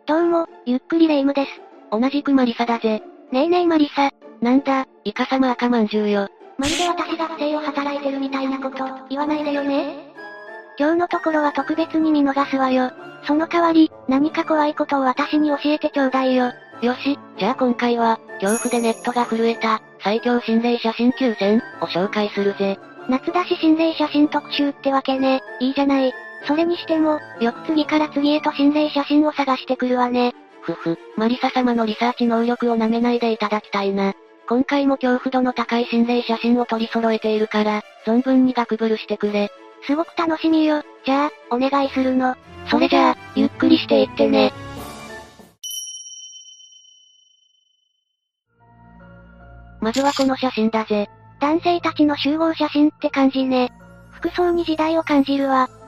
どうも、ゆっくりレ夢ムです。 同じくマリサだぜ。 ねえねえマリサ。 なんだ、イカサマ赤まんじゅうよ。 まるで私が不正を働いてるみたいなこと、言わないでよね。今日のところは特別に見逃すわよ。その代わり、何か怖いことを私に教えてちょうだいよ。 よし、じゃあ今回は、恐怖でネットが震えた、最強心霊写真9選を紹介するぜ。 夏だし心霊写真特集ってわけね、いいじゃない。それにしても、よく次から次へと心霊写真を探してくるわね。 マリサ様のリサーチ能力を舐めないでいただきたいな。今回も恐怖度の高い心霊写真を取り揃えているから、存分にガクブルしてくれ。 すごく楽しみよ。じゃあ、お願いするの。 それじゃあ、ゆっくりしていってね。まずはこの写真だぜ。 男性たちの集合写真って感じね。服装に時代を感じるわ。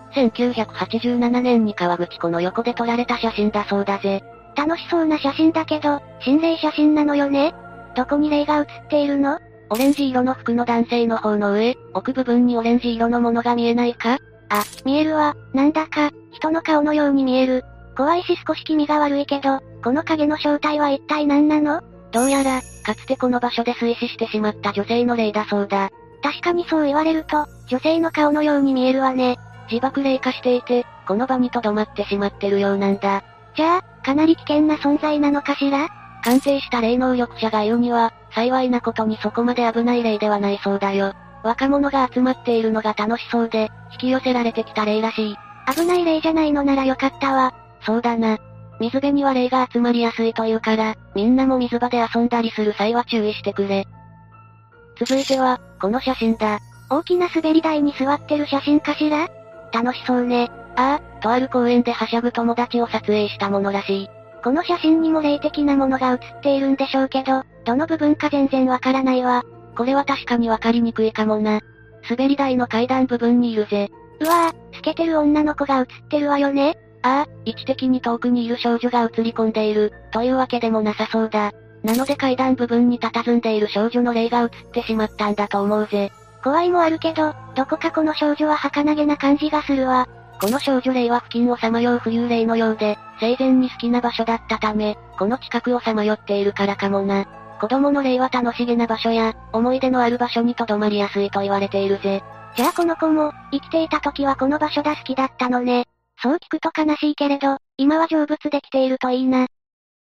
1987年に川口湖の横で撮られた写真だそうだぜ。 楽しそうな写真だけど、心霊写真なのよね。どこに霊が写っているの？ オレンジ色の服の男性の方の上、奥部分にオレンジ色のものが見えないか？ あ、見えるわ。なんだか、人の顔のように見える。怖いし少し気味が悪いけど、この影の正体は一体何なの？ どうやら、かつてこの場所で水死してしまった女性の霊だそうだ。 確かにそう言われると、女性の顔のように見えるわね。 自爆霊化していて、この場に留まってしまってるようなんだ。 じゃあ、かなり危険な存在なのかしら？ 鑑定した霊能力者が言うには、幸いなことにそこまで危ない霊ではないそうだよ。若者が集まっているのが楽しそうで、引き寄せられてきた霊らしい。 危ない霊じゃないのならよかったわ。 そうだな。水辺には霊が集まりやすいというから、みんなも水場で遊んだりする際は注意してくれ。続いては、この写真だ。 大きな滑り台に座ってる写真かしら？楽しそうね。 ああ、とある公園ではしゃぐ友達を撮影したものらしい。 この写真にも霊的なものが写っているんでしょうけど、どの部分か全然わからないわ。 これは確かにわかりにくいかもな。滑り台の階段部分にいるぜ。 うわぁ、透けてる女の子が写ってるわよね。 ああ、位置的に遠くにいる少女が映り込んでいる、というわけでもなさそうだ。なので階段部分に佇んでいる少女の霊が映ってしまったんだと思うぜ。 怖いもあるけど、どこかこの少女は儚げな感じがするわ。 この少女霊は付近をさまよう浮遊霊のようで、生前に好きな場所だったため、この近くをさまよっているからかもな。子供の霊は楽しげな場所や、思い出のある場所に留まりやすいと言われているぜ。 じゃあこの子も、生きていた時はこの場所が好きだったのね。そう聞くと悲しいけれど、今は成仏できているといいな。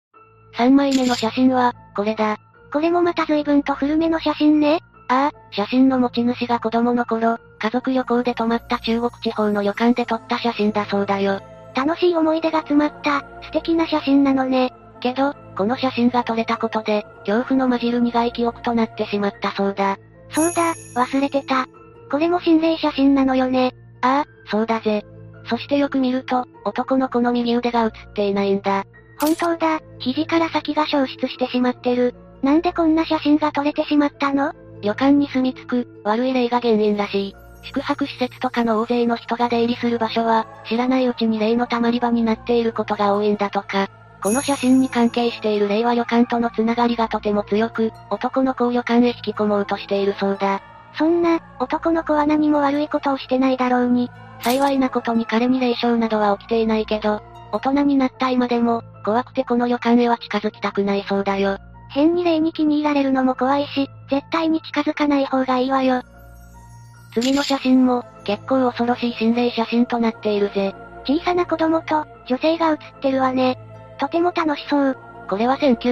3枚目の写真は、これだ。 これもまた随分と古めの写真ね。 ああ、写真の持ち主が子供の頃、家族旅行で泊まった中国地方の旅館で撮った写真だそうだよ。 楽しい思い出が詰まった、素敵な写真なのね。 けど、この写真が撮れたことで、恐怖の混じる苦い記憶となってしまったそうだ。 そうだ、忘れてた。これも心霊写真なのよね。 ああ、そうだぜ。そしてよく見ると、男の子の右腕が写っていないんだ。 本当だ、肘から先が消失してしまってる。なんでこんな写真が撮れてしまったの？ 旅館に住み着く、悪い霊が原因らしい。宿泊施設とかの大勢の人が出入りする場所は、知らないうちに霊の溜まり場になっていることが多いんだとか。この写真に関係している霊は旅館とのつながりがとても強く、男の子を旅館へ引き込もうとしているそうだ。 そんな、男の子は何も悪いことをしてないだろうに。 幸いなことに彼に霊障などは起きていないけど、大人になった今でも、怖くてこの旅館へは近づきたくないそうだよ。 変に霊に気に入られるのも怖いし、絶対に近づかない方がいいわよ。 次の写真も、結構恐ろしい心霊写真となっているぜ。 小さな子供と、女性が写ってるわね。とても楽しそう。 これは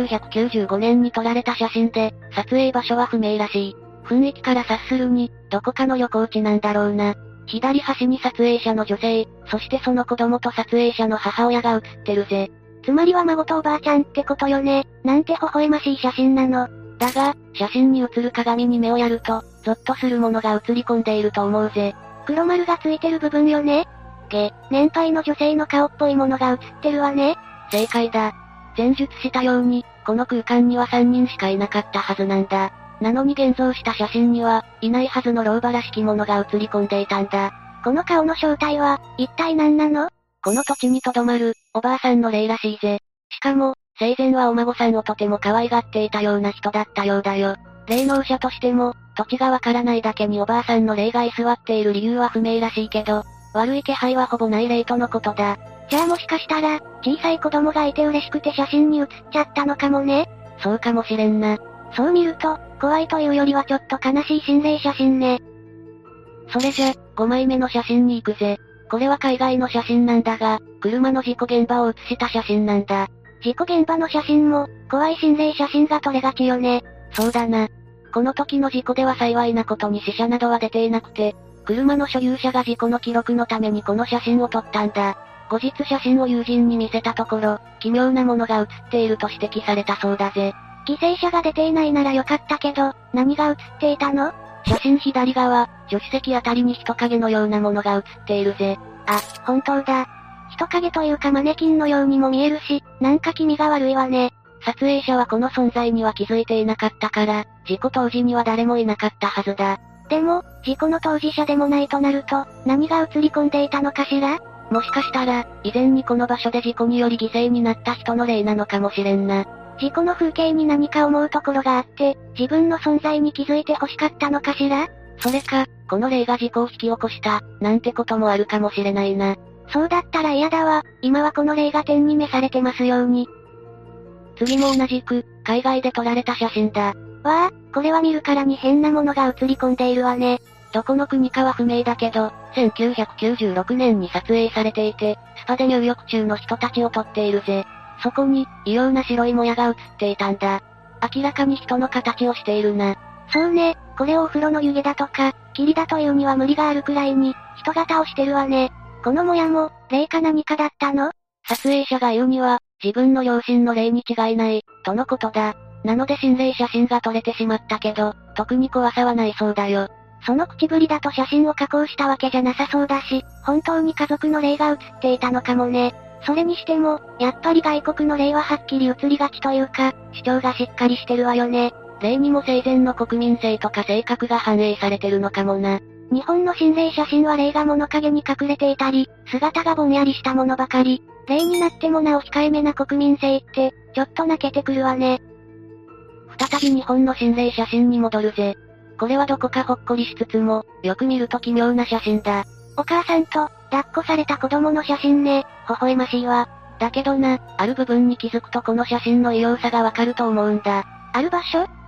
1995年に撮られた写真で、撮影場所は不明らしい。雰囲気から察するに、どこかの旅行地なんだろうな。左端に撮影者の女性、そしてその子供と撮影者の母親が写ってるぜ。 つまりは孫とおばあちゃんってことよね。なんて微笑ましい写真なの。 だが、写真に映る鏡に目をやると、ゾッとするものが映り込んでいると思うぜ。 黒丸がついてる部分よね。年配の女性の顔っぽいものが写ってるわね。 正解だ。前述したように、この空間には3人しかいなかったはずなんだ。なのに現像した写真には、いないはずの老婆らしきものが映り込んでいたんだ。 この顔の正体は、一体何なの？ この土地に留まる、おばあさんの霊らしいぜ。しかも、生前はお孫さんをとても可愛がっていたような人だったようだよ。霊能者としても、土地がわからないだけにおばあさんの霊が居座っている理由は不明らしいけど、悪い気配はほぼない霊とのことだ。 じゃあもしかしたら、 小さい子供がいて嬉しくて写真に写っちゃったのかもね。 そうかもしれんな。 そう見ると、怖いというよりはちょっと悲しい心霊写真ね。 それじゃ、5枚目の写真に行くぜ。これは海外の写真なんだが、車の事故現場を写した写真なんだ。 事故現場の写真も、怖い心霊写真が撮れがちよね。 そうだな。この時の事故では幸いなことに死者などは出ていなくて、車の所有者が事故の記録のためにこの写真を撮ったんだ。後日写真を友人に見せたところ、奇妙なものが写っていると指摘されたそうだぜ。 犠牲者が出ていないならよかったけど、何が写っていたの？ 写真左側、助手席あたりに人影のようなものが写っているぜ。 あ、本当だ。人影というかマネキンのようにも見えるし、なんか気味が悪いわね。 撮影者はこの存在には気づいていなかったから、事故当時には誰もいなかったはずだ。 でも、事故の当事者でもないとなると、何が映り込んでいたのかしら？ もしかしたら、以前にこの場所で事故により犠牲になった人の霊なのかもしれんな。 事故の風景に何か思うところがあって、自分の存在に気づいて欲しかったのかしら？ それか、この霊が事故を引き起こした、なんてこともあるかもしれないな。 そうだったら嫌だわ。今はこの霊が天に召されてますように。 次も同じく、海外で撮られた写真だ。 わあ、これは見るからに変なものが映り込んでいるわね。 どこの国かは不明だけど、1996年に撮影されていて、スパで入浴中の人たちを撮っているぜ。そこに、異様な白いもやが映っていたんだ。明らかに人の形をしているな。 そうね、これをお風呂の湯気だとか、霧だというには無理があるくらいに、人型をしてるわね。このもやも、霊か何かだったの？ 撮影者が言うには、自分の両親の霊に違いない、とのことだ。なので心霊写真が撮れてしまったけど、特に怖さはないそうだよ。 その口ぶりだと写真を加工したわけじゃなさそうだし、本当に家族の霊が写っていたのかもね。それにしても、やっぱり外国の霊ははっきり写りがちというか、主張がしっかりしてるわよね。 霊にも生前の国民性とか性格が反映されてるのかもな。 日本の心霊写真は霊が物陰に隠れていたり、姿がぼんやりしたものばかり。霊になってもなお控えめな国民性って、ちょっと泣けてくるわね。 再び日本の心霊写真に戻るぜ。これはどこかほっこりしつつも、よく見ると奇妙な写真だ。 お母さんと、抱っこされた子供の写真ね、微笑ましいわ。 だけどな、ある部分に気づくとこの写真の異様さがわかると思うんだ。 ある場所？って、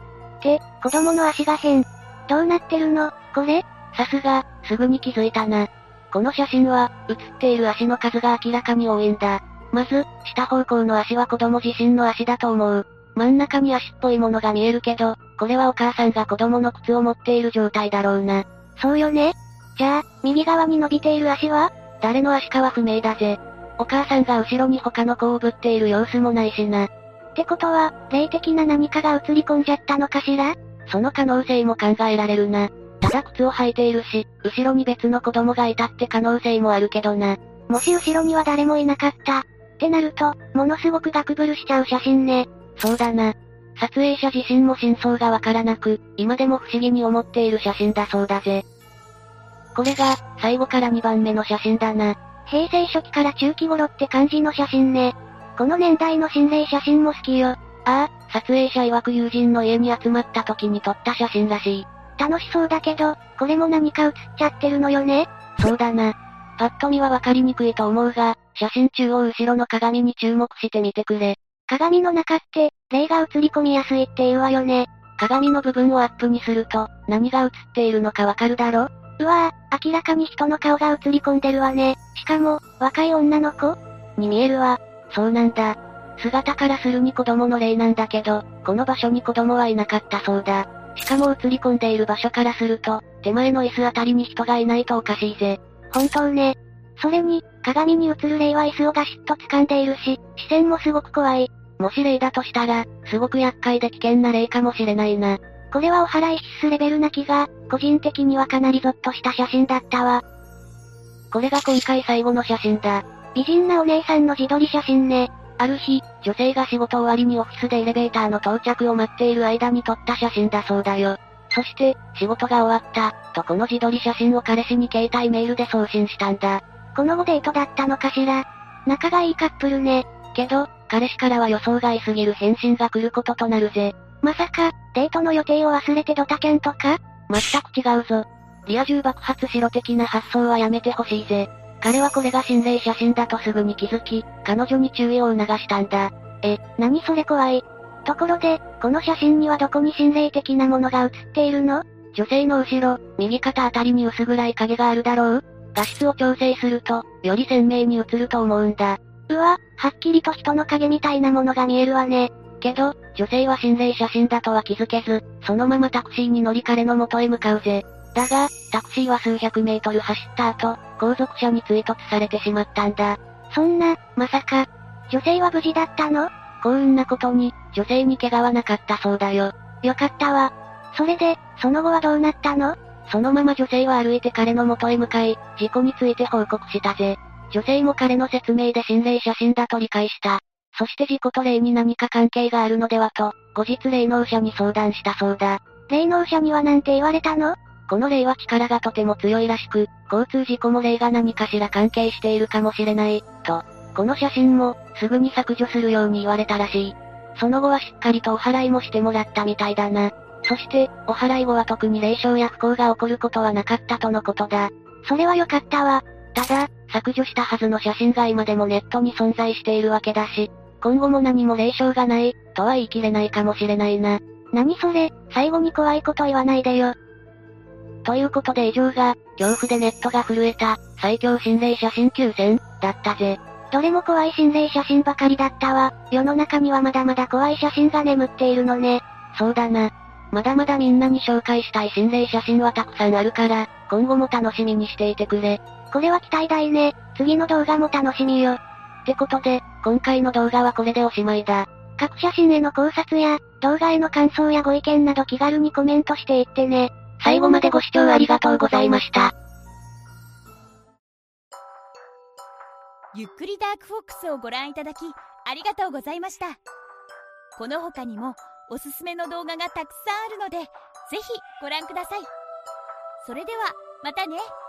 子供の足が変。どうなってるの、これ？ さすが、すぐに気づいたな。この写真は、写っている足の数が明らかに多いんだ。まず、下方向の足は子供自身の足だと思う。真ん中に足っぽいものが見えるけど、これはお母さんが子供の靴を持っている状態だろうな。 そうよね。じゃあ、右側に伸びている足は？ 誰の足かは不明だぜ。お母さんが後ろに他の子をぶっている様子もないしな。 ってことは、霊的な何かが映り込んじゃったのかしら？ その可能性も考えられるな。ただ靴を履いているし、後ろに別の子供がいたって可能性もあるけどな。 もし後ろには誰もいなかった。ってなると、ものすごくガクブルしちゃう写真ね。 そうだな。撮影者自身も真相がわからなく、今でも不思議に思っている写真だそうだぜ。これが、最後から2番目の写真だな。 平成初期から中期頃って感じの写真ね。この年代の心霊写真も好きよ。 ああ、撮影者曰く友人の家に集まった時に撮った写真らしい。 楽しそうだけど、これも何か写っちゃってるのよね。 そうだな。パッと見はわかりにくいと思うが、写真中央後ろの鏡に注目してみてくれ。 鏡の中って、霊が映り込みやすいって言うわよね。 鏡の部分をアップにすると、何が映っているのかわかるだろ？ うわぁ、明らかに人の顔が映り込んでるわね。しかも、若い女の子に見えるわ。そうなんだ。姿からするに子供の霊なんだけど、この場所に子供はいなかったそうだ。しかも映り込んでいる場所からすると、手前の椅子あたりに人がいないとおかしいぜ。 本当ね。それに、鏡に映る霊は椅子をガシッと掴んでいるし、視線もすごく怖い。 もし霊だとしたら、すごく厄介で危険な霊かもしれないな。 これはお祓い必須レベルな気が、個人的にはかなりゾッとした写真だったわ。 これが今回最後の写真だ。 美人なお姉さんの自撮り写真ね。 ある日、女性が仕事終わりにオフィスでエレベーターの到着を待っている間に撮った写真だそうだよ。そして、仕事が終わった、とこの自撮り写真を彼氏に携帯メールで送信したんだ。 この後デートだったのかしら。仲がいいカップルね。 けど、彼氏からは予想外すぎる返信が来ることとなるぜ。 まさか、デートの予定を忘れてドタキャンとか？ 全く違うぞ。リア充爆発しろ的な発想はやめてほしいぜ。 彼はこれが心霊写真だとすぐに気づき、彼女に注意を促したんだ。 何それ怖い。ところで、この写真にはどこに心霊的なものが写っているの？ 女性の後ろ、右肩あたりに薄暗い影があるだろう？画質を調整すると、より鮮明に映ると思うんだ。 うわ、はっきりと人の影みたいなものが見えるわね。 けど、女性は心霊写真だとは気づけず、そのままタクシーに乗り彼の元へ向かうぜ。だが、タクシーは数百メートル走った後、後続車に追突されてしまったんだ。 そんな、まさか、女性は無事だったの？ 幸運なことに、女性に怪我はなかったそうだよ。 よかったわ。それで、その後はどうなったの？ そのまま女性は歩いて彼の元へ向かい、事故について報告したぜ。女性も彼の説明で心霊写真だと理解した。そして事故と霊に何か関係があるのではと、後日霊能者に相談したそうだ。 霊能者にはなんて言われたの？ この霊は力がとても強いらしく、交通事故も霊が何かしら関係しているかもしれない、と。この写真も、すぐに削除するように言われたらしい。その後はしっかりとお祓いもしてもらったみたいだな。そして、お祓い後は特に霊障や不幸が起こることはなかったとのことだ。 それはよかったわ。 ただ、削除したはずの写真が今でもネットに存在しているわけだし、今後も何も霊障がない、とは言い切れないかもしれないな。 何それ、最後に怖いこと言わないでよ。 ということで以上が、恐怖でネットが震えた、最強心霊写真9選、だったぜ。 どれも怖い心霊写真ばかりだったわ。世の中にはまだまだ怖い写真が眠っているのね。 そうだな。まだまだみんなに紹介したい心霊写真はたくさんあるから、今後も楽しみにしていてくれ。 これは期待大ね。次の動画も楽しみよ。 ってことで、今回の動画はこれでおしまいだ。 各写真への考察や、動画への感想やご意見など気軽にコメントしていってね。 最後までご視聴ありがとうございました。 ゆっくりダークフォックスをご覧いただき、ありがとうございました。この他にも、おすすめの動画がたくさんあるので、ぜひご覧ください。それでは、またね。